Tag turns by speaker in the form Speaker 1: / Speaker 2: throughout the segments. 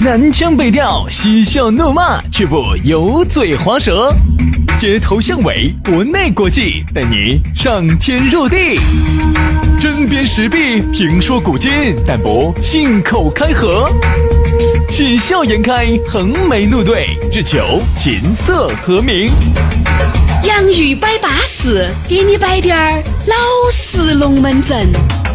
Speaker 1: 南腔北调，嬉笑怒骂，却不油嘴滑舌。街头巷尾，国内国际，带你上天入地。针砭时弊，评说古今，但不信口开河。喜笑颜开，横眉怒对，只求琴瑟和鸣。
Speaker 2: 洋芋摆巴士，给你摆点儿老式龙门阵。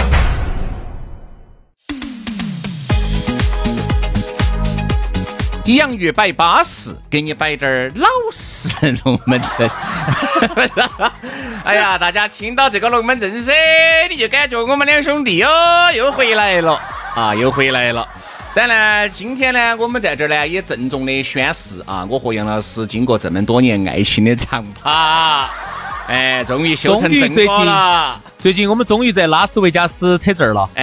Speaker 3: 洋芋摆巴士，给你摆点儿老式龙门阵。哎呀，大家听到这个龙门阵噻，你就感觉我们两兄弟哦又回来了啊，又回来了。当然，今天呢，我们在这儿呢也郑重的宣誓啊，我和杨老师经过这么多年爱情的长跑，哎，终于修成正果了。
Speaker 4: 最近我们终于在拉斯维加斯扯证了。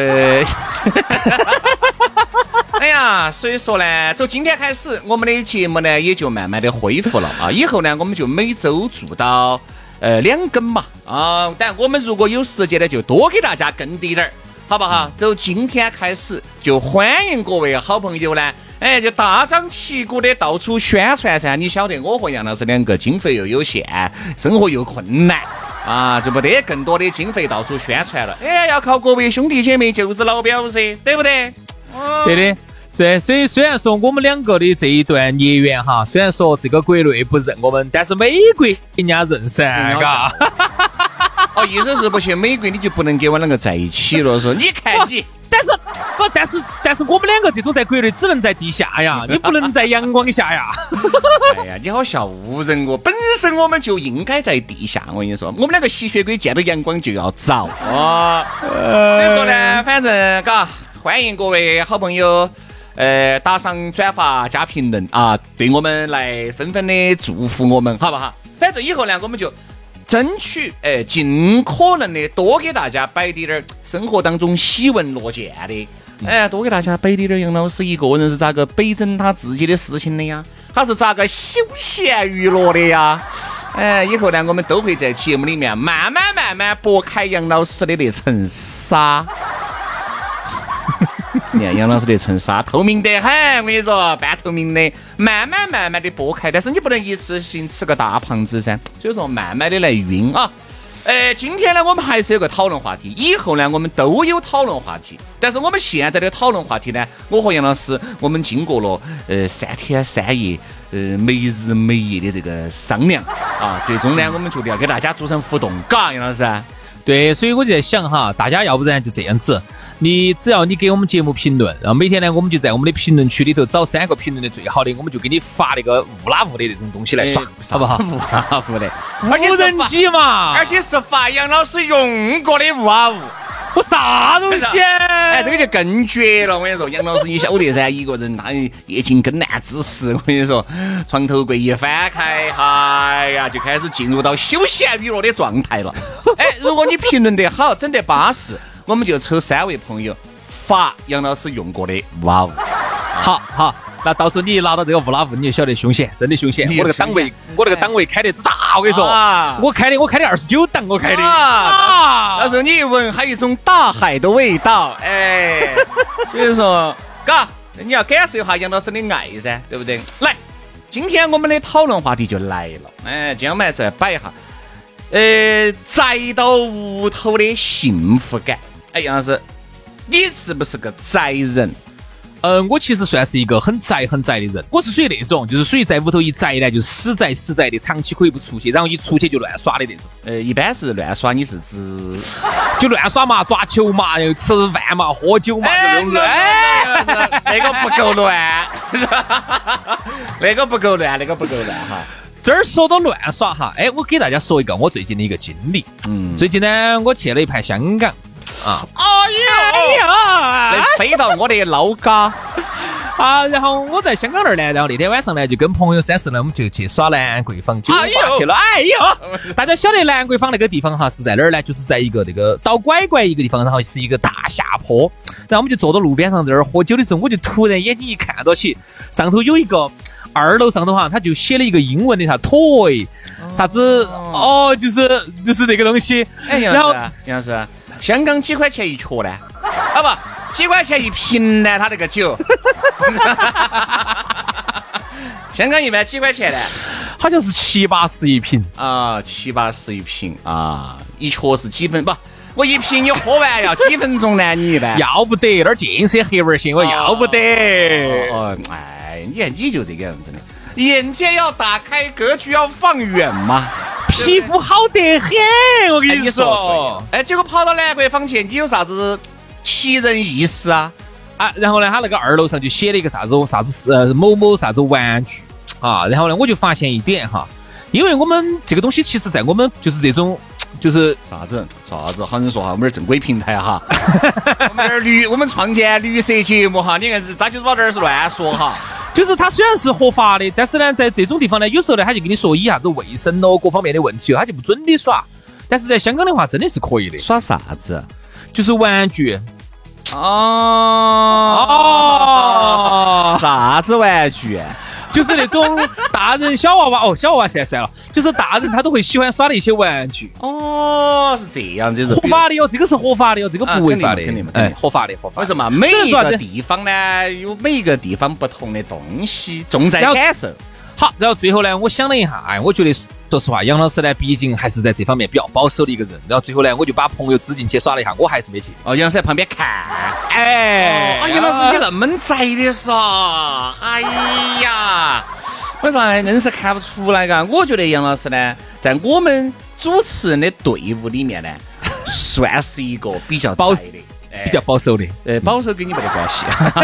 Speaker 3: 哎呀，所以说呢，从今天开始，我们的节目呢也就慢慢的恢复了啊。以后呢，我们就每周做到2更嘛啊。但我们如果有时间呢，就多给大家更滴点儿。好不好？从今天开始，就欢迎各位好朋友呢，哎，就大张旗鼓的到处宣传噻。你晓得，我和杨老师两个经费又有限，生活又困难啊，就没得更多的经费到处宣传了。哎，要靠各位兄弟姐妹就是老表噻，对不对？
Speaker 4: 对的。虽然说我们两个的这一段孽缘哈，虽然说这个国内不认我们，但是美国人家认噻，嘎。
Speaker 3: 哦，意思是不去美国你就不能跟我两个在一起了，说你看你，
Speaker 4: 但是我们两个这种在国内只能在地下呀，你不能在阳光下呀。
Speaker 3: 哎呀，你好笑人哦！本身我们就应该在地下，我跟你说，我们两个吸血鬼见到阳光就要着哦。所以说呢，反正嘎，欢迎各位好朋友。打赏、转发加评论啊，对我们来纷纷的祝福我们，好不好？反正以后呢，我们就争取尽可能的多给大家摆点生活当中喜闻乐见的，多给大家摆点杨老师一个人是咋个北整他自己的事情的呀？他是咋个休闲娱乐的呀？以后呢，我们都会在节目里面慢慢拨开杨老师的那层纱。你看杨老师的层纱透明得很，我跟你说，半透明的，慢慢的剥开，但是你不能一次性吃个大胖子噻，所以说慢慢的来晕啊。今天呢，我们还是有个讨论话题，以后呢，我们都有讨论话题，但是我们现在的讨论话题呢，我和杨老师，我们经过了3天3夜，没日没夜的这个商量啊，最终呢，我们决定要给大家做成互动，嘎，杨老师。
Speaker 4: 对，所以我就在想哈，大家要不然就这样子，只要你给我们节目评论，然后每天呢，我们就在我们的评论区里头找3个评论的最好的，我们就给你发那个误拉误的那种东西来耍，好不好？
Speaker 3: 误拉误的，
Speaker 4: 无人机嘛，
Speaker 3: 而且是发杨老师用过的误拉误。
Speaker 4: 我啥东西？
Speaker 3: 这个就更绝了！我跟你说，杨老师你晓得噻，一个人他夜尽更难之时，我跟你说，床头柜一翻开，哎呀，就开始进入到休闲娱乐的状态了。如果你评论得好，整得巴适，我们就抽3位朋友发杨老师用过的哇哦。
Speaker 4: 好，那到时候你拿到这个乌拉布，你就晓得凶险，真的凶险。我那个档位开得之大，我跟你说，我开的29档，我开的。
Speaker 3: 到时候你一闻，还有一种大海的味道，所以说，嘎，你要感受一下杨老师的爱噻，对不对？来，今天我们的讨论话题就来了，今天我们还是来摆一下，宅到屋头的幸福感。杨老师，你是不是个宅人？
Speaker 4: 我其实算是一个很宅的人，我是属于那种，就是属于在屋头一宅呢，就死宅的，长期可以不出去，然后一出去就乱耍的那种。
Speaker 3: 一般是乱耍，你是指
Speaker 4: 就乱耍嘛，抓球嘛，又吃饭嘛，喝酒嘛，就乱。
Speaker 3: 那个不够乱，那个不够乱哈。
Speaker 4: 这儿说到乱耍哈，我给大家说一个我最近的一个经历。最近呢，我去了一盘香港。
Speaker 3: 那飞到我的老家
Speaker 4: 啊！然后我在香港那儿呢，然后那天晚上呢，就跟朋友3、4人，我们就去耍兰桂坊酒吧去了。大家晓得兰桂坊那个地方哈是在哪儿呢？就是在一个那个倒拐一个地方，然后是一个大下坡。然后我们就坐到路边上这儿喝酒的时候，我就突然眼睛一看到起，上头有一个2楼上头哈，他就写了一个英文的啥toy啥子就是那个东西。
Speaker 3: 然后杨老师。香港几块钱一撮呢？不，几块钱一瓶呢？他那个酒， 香港一般几块钱呢？
Speaker 4: 好像是7、80一瓶
Speaker 3: 啊，7、80一瓶啊，一确是几分不？我一瓶你喝完要几分钟呢？你一般
Speaker 4: 要不得那儿建设黑纹性，我要不得。
Speaker 3: 哎，你看你就这个样子的，眼界要打开，格局要放远嘛。
Speaker 4: 皮肤好得很，我跟你说。
Speaker 3: 哎，结果跑到兰桂坊去，你有啥子奇人异事啊？
Speaker 4: 啊，然后呢，他那个2楼上就写了一个啥子某某啥子玩具啊，然后呢，我就发现一点哈，因为我们这个东西其实在我们就是这种就是
Speaker 3: 啥子，好生说哈，我们这正规平台哈，我们创建绿色节目哈，你看是咋就是往这儿是乱说哈。
Speaker 4: 就是它虽然是合法的，但是呢，在这种地方呢，有时候呢，他就跟你说以啥子卫生咯，各方面的问题，他就不准你耍。但是在香港的话，真的是可以的。
Speaker 3: 耍啥子？
Speaker 4: 就是玩具。
Speaker 3: 啥子玩具？
Speaker 4: 就是那种大人小娃娃小娃娃算了，就是大人他都会喜欢耍的一些玩具。
Speaker 3: 是这样子，
Speaker 4: 合法的哟，这个是合法的哟，这个不违法的，
Speaker 3: 肯定，
Speaker 4: 合法的。
Speaker 3: 为什么？每一个地方呢，有每一个地方不同的东西，重在感受。
Speaker 4: 好，然后最后呢，我想了一下，我觉得说实话，杨老师呢，毕竟还是在这方面比较保守的一个人。然后最后呢，我就把朋友支进去耍了一下，我还是没去。
Speaker 3: 杨老师在旁边看。杨老师你那么宅的是啊？哎呀，我说硬是看不出来嘎。我觉得杨老师呢，在我们主持人的队伍里面呢，算是一个比较宅的。
Speaker 4: 比较保守的，
Speaker 3: 保守跟你没得关系，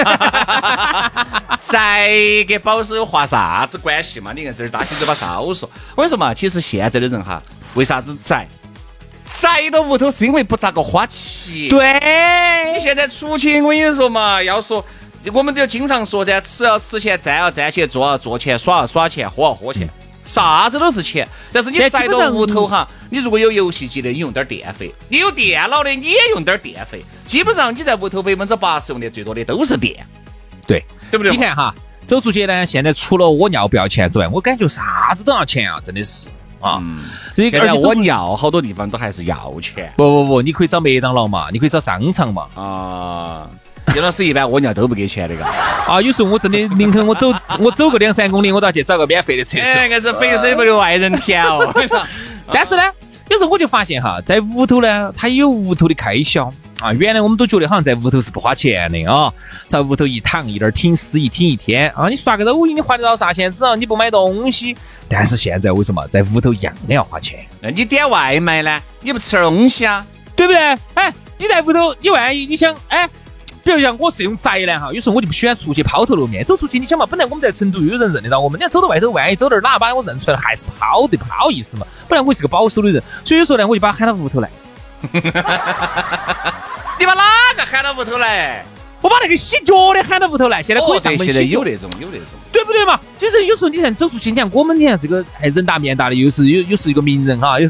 Speaker 3: 宅跟保守有划啥子关系嘛？你看这儿大起嘴巴少说。我跟你说嘛，其实现在的人哈，为啥子宅到屋头是因为不咋个花钱。
Speaker 4: 对，
Speaker 3: 你现在出去，我跟你说嘛，要说我们就经常说噻，吃要吃钱，站要站钱，坐要坐钱，耍要耍钱，喝要喝钱。啥子都是钱，但是你宅到屋头哈，你如果有游戏机的，你用点电费；你有电脑的，你也用点电费。基本上你在屋头80%用的最多的都是电，
Speaker 4: 对
Speaker 3: 不对？
Speaker 4: 你看哈，走出去呢，现在除了屙尿不要钱之外，我感觉啥子都要钱啊，真的是啊。
Speaker 3: 现在屙尿好多地方都还是要钱。
Speaker 4: 不，你可以找麦当劳嘛，你可以找商场嘛。
Speaker 3: 杨老师一般屙尿都不给钱的嘎。
Speaker 4: 有时候我真的宁肯我走个2-3公里，我都要去找个免费的厕所。
Speaker 3: 那个是肥水不流外人田哦。
Speaker 4: 但是呢，有时候我就发现哈，在屋头呢，它有屋头的开销啊。原来我们都觉得好像在屋头是不花钱的啊，在屋头一躺一点挺尸一挺一天啊，你刷个抖音你花得到啥钱？只要你不买东西。但是现在为什么在屋头一样的要花钱？
Speaker 3: 那你点外卖呢？你不吃点东西啊？
Speaker 4: 对不对？哎，你在屋头，你万一你想比如像我这种宅男哈，有时候我就不喜欢出去抛头露面。走出去，你想嘛，本来我们在成都有人认得到我们，你要走到外头，万一走到哪把我认出来，还是不好意思嘛。本来我是个保守的人，所以有时候呢，我就把他喊到屋头来。
Speaker 3: 你把哪个喊到屋头来？
Speaker 4: 我把那个洗脚的喊到屋头来。现在可以上门洗脚。
Speaker 3: 现在有那种，
Speaker 4: 对不对嘛？就是有时候你看走出去，你看我们这个人大面大的，又是一个名人哈，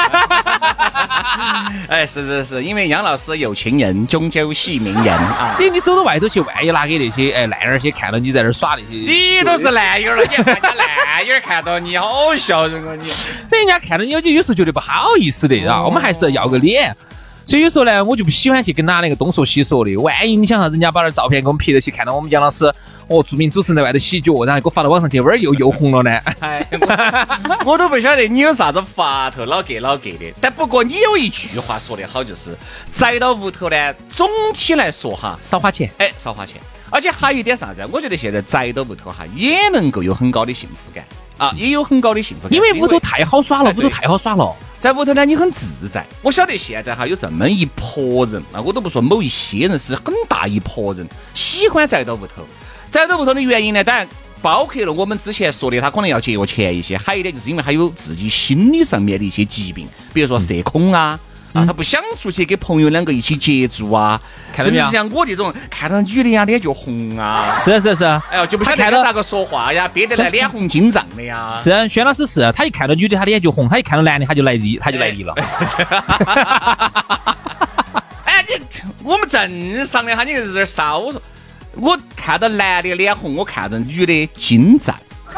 Speaker 3: 是，因为杨老师有情人终究系名人啊。
Speaker 4: 你走到外头去，万一拿给那些烂儿些看到你在那儿耍那些，
Speaker 3: 你都是烂眼了，你看人家烂眼看到你，好笑人啊你。
Speaker 4: 人家看到你，有时候觉得不好意思的啊。我们还是要个脸。所以有时候呢，我就不喜欢去跟他那个东说西说的。万一你想人家把那照片给我们拍到起，看到我们杨老师著名主持人在外头洗脚，然后给我发到网上去，味儿又红了呢。
Speaker 3: 我都不晓得你有啥子法头，老给的。但不过你有一句话说得好，就是宅到屋头呢，总体来说哈，
Speaker 4: 少花钱。
Speaker 3: 少花钱。而且还有一点啥子？我觉得现在宅到屋头哈，也能够有很高的幸福感啊，也有很高的幸福感。
Speaker 4: 因为屋头太好耍了，
Speaker 3: 在屋头呢，你很自在。我晓得现在哈有这么一拨人啊，我都不说某一些人，是很大一拨人喜欢宅到屋头。宅到屋头的原因呢，当然包括了我们之前说的，他可能要节约钱一些，还有一点就是因为还有自己心理上面的一些疾病，比如说社恐啊。他不想出去跟朋友两个一起接触啊，甚至像我这种看到女的呀脸就红啊，
Speaker 4: 是，哎
Speaker 3: 呦就不晓得咋个说话呀，憋得来脸红筋胀的呀。
Speaker 4: 是，轩老师是，他一看到女的他脸就红，他一看到男的他就来力了。
Speaker 3: 我们正常的哈，你这少说，我看到男的脸红，我看到女的筋胀。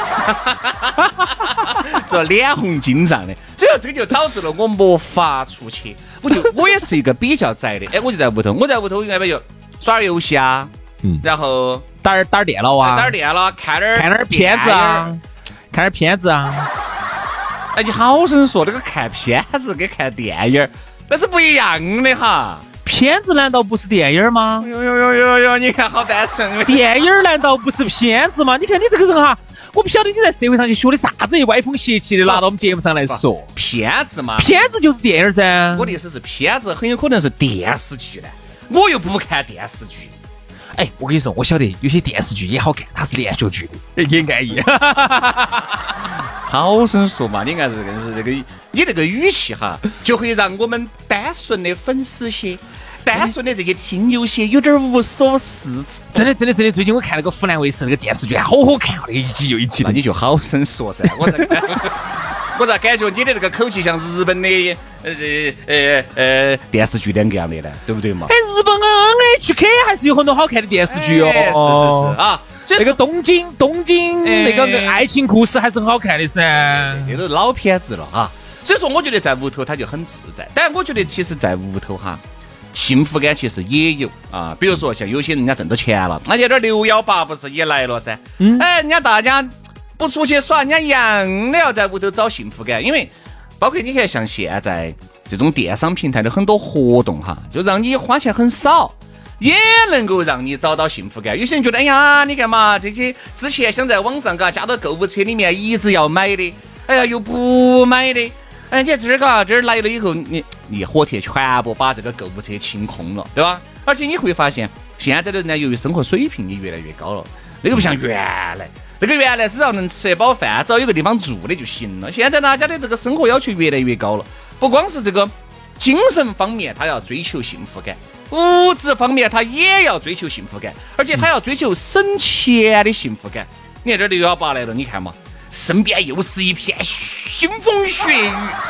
Speaker 3: 脸红筋胀的，所以这个就导致了我没法出去。我也是一个比较宅的，我就在屋头，我在屋头应该就耍点游戏啊，然后
Speaker 4: 打点电脑啊，
Speaker 3: 打点电脑，看点
Speaker 4: 片子啊，看点片子啊。
Speaker 3: 哎，你好生说那个看片子跟看电影那是不一样的哈。
Speaker 4: 片子难道不是电影吗？
Speaker 3: 哟，你看好单纯。
Speaker 4: 电影难道不是片子吗？你看你这个人哈，我不晓得你在社会上去学的啥子歪风邪气的，拿到我们节目上来说。
Speaker 3: 片子嘛，
Speaker 4: 片子就是电影噻。
Speaker 3: 我的意思是片子很有可能是电视剧的，我又不看电视剧。
Speaker 4: 哎，我跟你说，我晓得有些电视剧也好看，它是连续剧的，也安逸。
Speaker 3: 好生说嘛，你看这个是这个，你这个语气哈，就会让我们单纯的粉丝些、单纯的这些听友些有点无所适从。
Speaker 4: 真的，最近我看那个湖南卫视那个电视剧，好好看啊，那一集又一集的。
Speaker 3: 那你就好生说噻，我咋感觉你的这个口气像日本的电视剧两个样的呢？对不对嘛？
Speaker 4: 哎，日本NHK 还是有很多好看的电视剧哦。
Speaker 3: 是啊。
Speaker 4: 那个东京那个爱情故事还是很好看的噻，
Speaker 3: 这都老片子了哈。所以说，我觉得在屋头他就很自在。但我觉得其实在屋头哈，幸福感其实也有啊。比如说像有些人家挣到钱了，那有点618不是也来了噻？哎，人家大家不出去耍，人家一样的要在屋头找幸福感。因为包括你看像现在这种电商平台的很多活动哈，就让你花钱很少。也能够让你找到幸福感。有些人觉得，哎呀，你干嘛这些之前想在网上加到购物车里面一直要买的，哎呀又不买的，哎，你看这儿来了以后，你火铁全部把这个购物车清空了，对吧？而且你会发现，现在的人呢，由于生活水平也越来越高了，那个不像原来。那个原来只要能吃得饱饭，只要有个地方住的就行了。现在大家的这个生活要求越来越高了，不光是这个精神方面，他要追求幸福感。物质方面他也要追求幸福感，而且他要追求省钱的幸福感。你看这618来了，你看嘛，身边又是一片腥风血雨。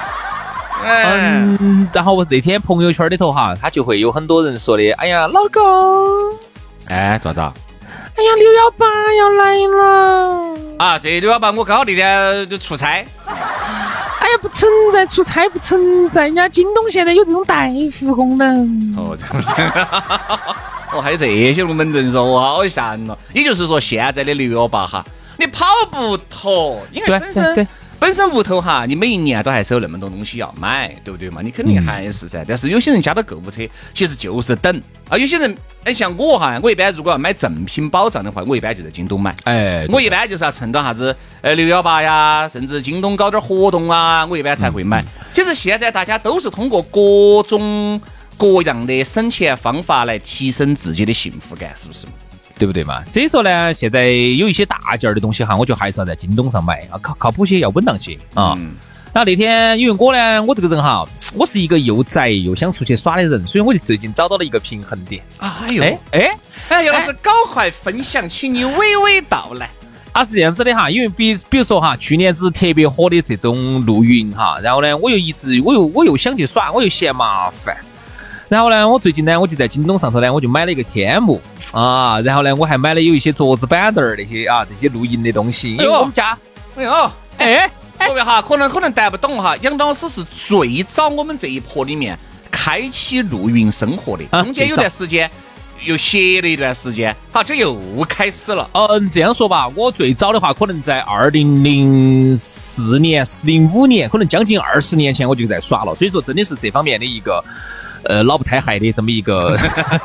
Speaker 4: 然后我那天朋友圈里头哈，他就会有很多人说的，哎呀，老公，
Speaker 3: 哎，咋子？
Speaker 4: 哎呀，618要来了
Speaker 3: 啊！这618我刚好那天就出差。
Speaker 4: 哎呀，不存在，出差不存在，人家京东现在有这种代付功能。
Speaker 3: 哦，这不是。哦，还有这些龙门阵说，好吓人了。也就是说，现在的618哈，你跑不脱，因为本身屋头哈，你每一年都还是有那么多东西要买，对不对嘛？你肯定还是噻。但是有些人加到购物车，其实就是等啊。有些人像我哈，我一般如果要买正品保障的话，我一般就在京东买。哎，我一般就是要蹭到啥子618呀，甚至京东搞点活动啊，我一般才会买。其实现在大家都是通过各种各样的省钱方法来提升自己的幸福感，是不是？
Speaker 4: 对不对嘛？所以说呢，现在有一些大件的东西哈，我觉得还是要在京东上买啊，靠谱些，要稳当些啊。然后那天因为我呢，我这个人哈，我是一个又宅又想出去耍的人，所以我就最近找到了一个平衡点。
Speaker 3: 杨老师，赶快分享，请你娓娓道来。
Speaker 4: 啊，是这样子的哈，因为比如说哈，去年子特别火的这种露营哈，然后呢，我又想去耍，我又嫌麻烦。然后呢，我最近呢，我就在京东上头呢，我就买了一个天幕啊，然后呢，我还买了有一些桌子板凳那些啊，这些露营的东西。因为我们家，
Speaker 3: 各位哈，可能带不懂哈，杨老师是最早我们这一波里面开启露营生活的，中间有段时间又歇了一段时间，好，这又开始了。
Speaker 4: 这样说吧，我最早的话可能在2004年、05年，可能将近20年前我就在耍了，所以说真的是这方面的一个。老不太害的这么一个，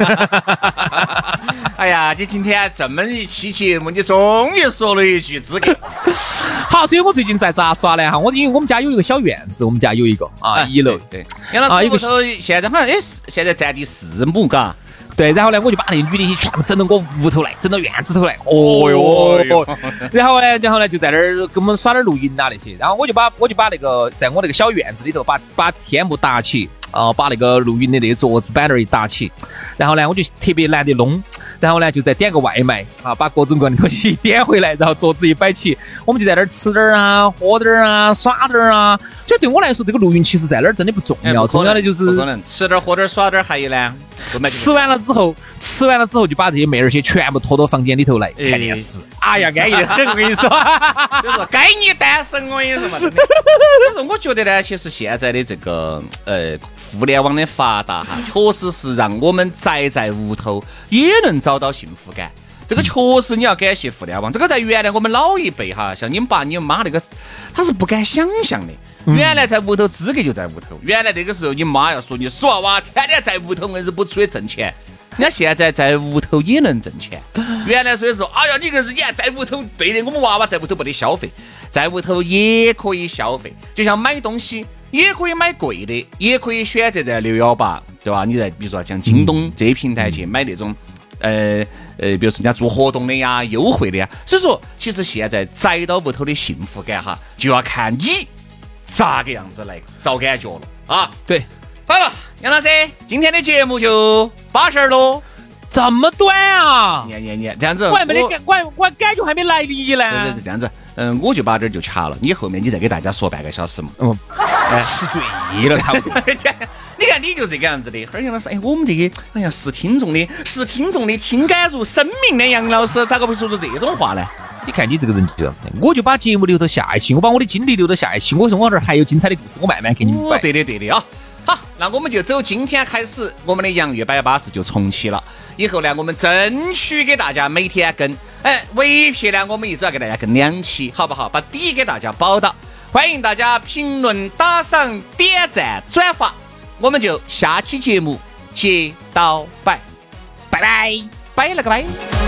Speaker 3: 哎呀，你今天这么一期节目，你终于说了一句资格。
Speaker 4: 好，所以我最近在咋耍呢？哈，因为我们家有一个小院子，我们家有一个1楼，
Speaker 3: 对，杨老师屋头现在好像现在占地4亩，嘎。
Speaker 4: 对，然后呢，我就把那女的全部整到我屋头来，整到院子头来。哦哟，然后呢，就在那儿跟我们耍点露营啊那些。然后我就把那个在我那个小院子里头把天幕搭起。把那个露营的那个桌子板凳一搭起，然后呢，我就特别懒得弄，然后呢，就再点个外卖啊，把各种各样的东西点回来，然后桌子一摆起，我们就在那儿吃点啊，喝点啊，耍点啊。所以对我来说，这个露营其实在那儿真的不重要，重要的就是
Speaker 3: 不可能吃点喝点耍点，还有呢，
Speaker 4: 吃完了之后就把这些妹儿些全部拖到房间里头来看电视。哎呀，安逸得很，我跟你说，
Speaker 3: 就是该你单身，我跟你说嘛。所以说，我觉得呢，其实现在的这个互联网的发达哈，确实是让我们宅在屋头也能找到幸福感。 这个确实你要感谢互联网。这个在原来我们老一辈哈，像你们爸你们妈那个，他是不敢想象的。原来在屋头资格就在屋头，原来那个时候你妈要说你死娃娃天天在屋头硬是不出去挣钱。人家现在在屋头也能挣钱。原来所以说，哎呀，你硬是你还在屋头，对的，我们娃娃在屋头不得消费，在屋头也可以消费，就像买东西。也可以买贵的，也可以选择在618，对吧？你在比如说像京东这些平台去买那种，比如说人家做活动的呀、优惠的呀。所以说，其实现在宅到屋头的幸福感哈，就要看你咋个样子来找感觉了啊！
Speaker 4: 对，
Speaker 3: 好了，杨老师，今天的节目就巴适喽。
Speaker 4: 这么短啊！
Speaker 3: 念，这样子，
Speaker 4: 我还没得我感觉还没来离呢。
Speaker 3: 是这样子，我就把这儿就掐了，你后面你再给大家说半个小时嘛。
Speaker 4: 是对了，差不多。
Speaker 3: 你看你就这个样子的，哈儿杨老师，我们这个哎呀是听众的情感如生命的杨老师，咋个会说出这种话呢？
Speaker 4: 你看你这个人就这样子的，我就把节目留到下一期，我把我的经历留到下一期，我说我这儿还有精彩的故事，我慢慢给你们摆。
Speaker 3: 对的啊。好，那我们就走今天开始，我们的洋芋摆巴士就重启了。以后呢，我们争取给大家每天更，唯一呢，我们一直要给大家更2期，好不好？把底给大家保到。欢迎大家评论、打赏、点赞、转发，我们就下期节目接到拜，拜了个拜。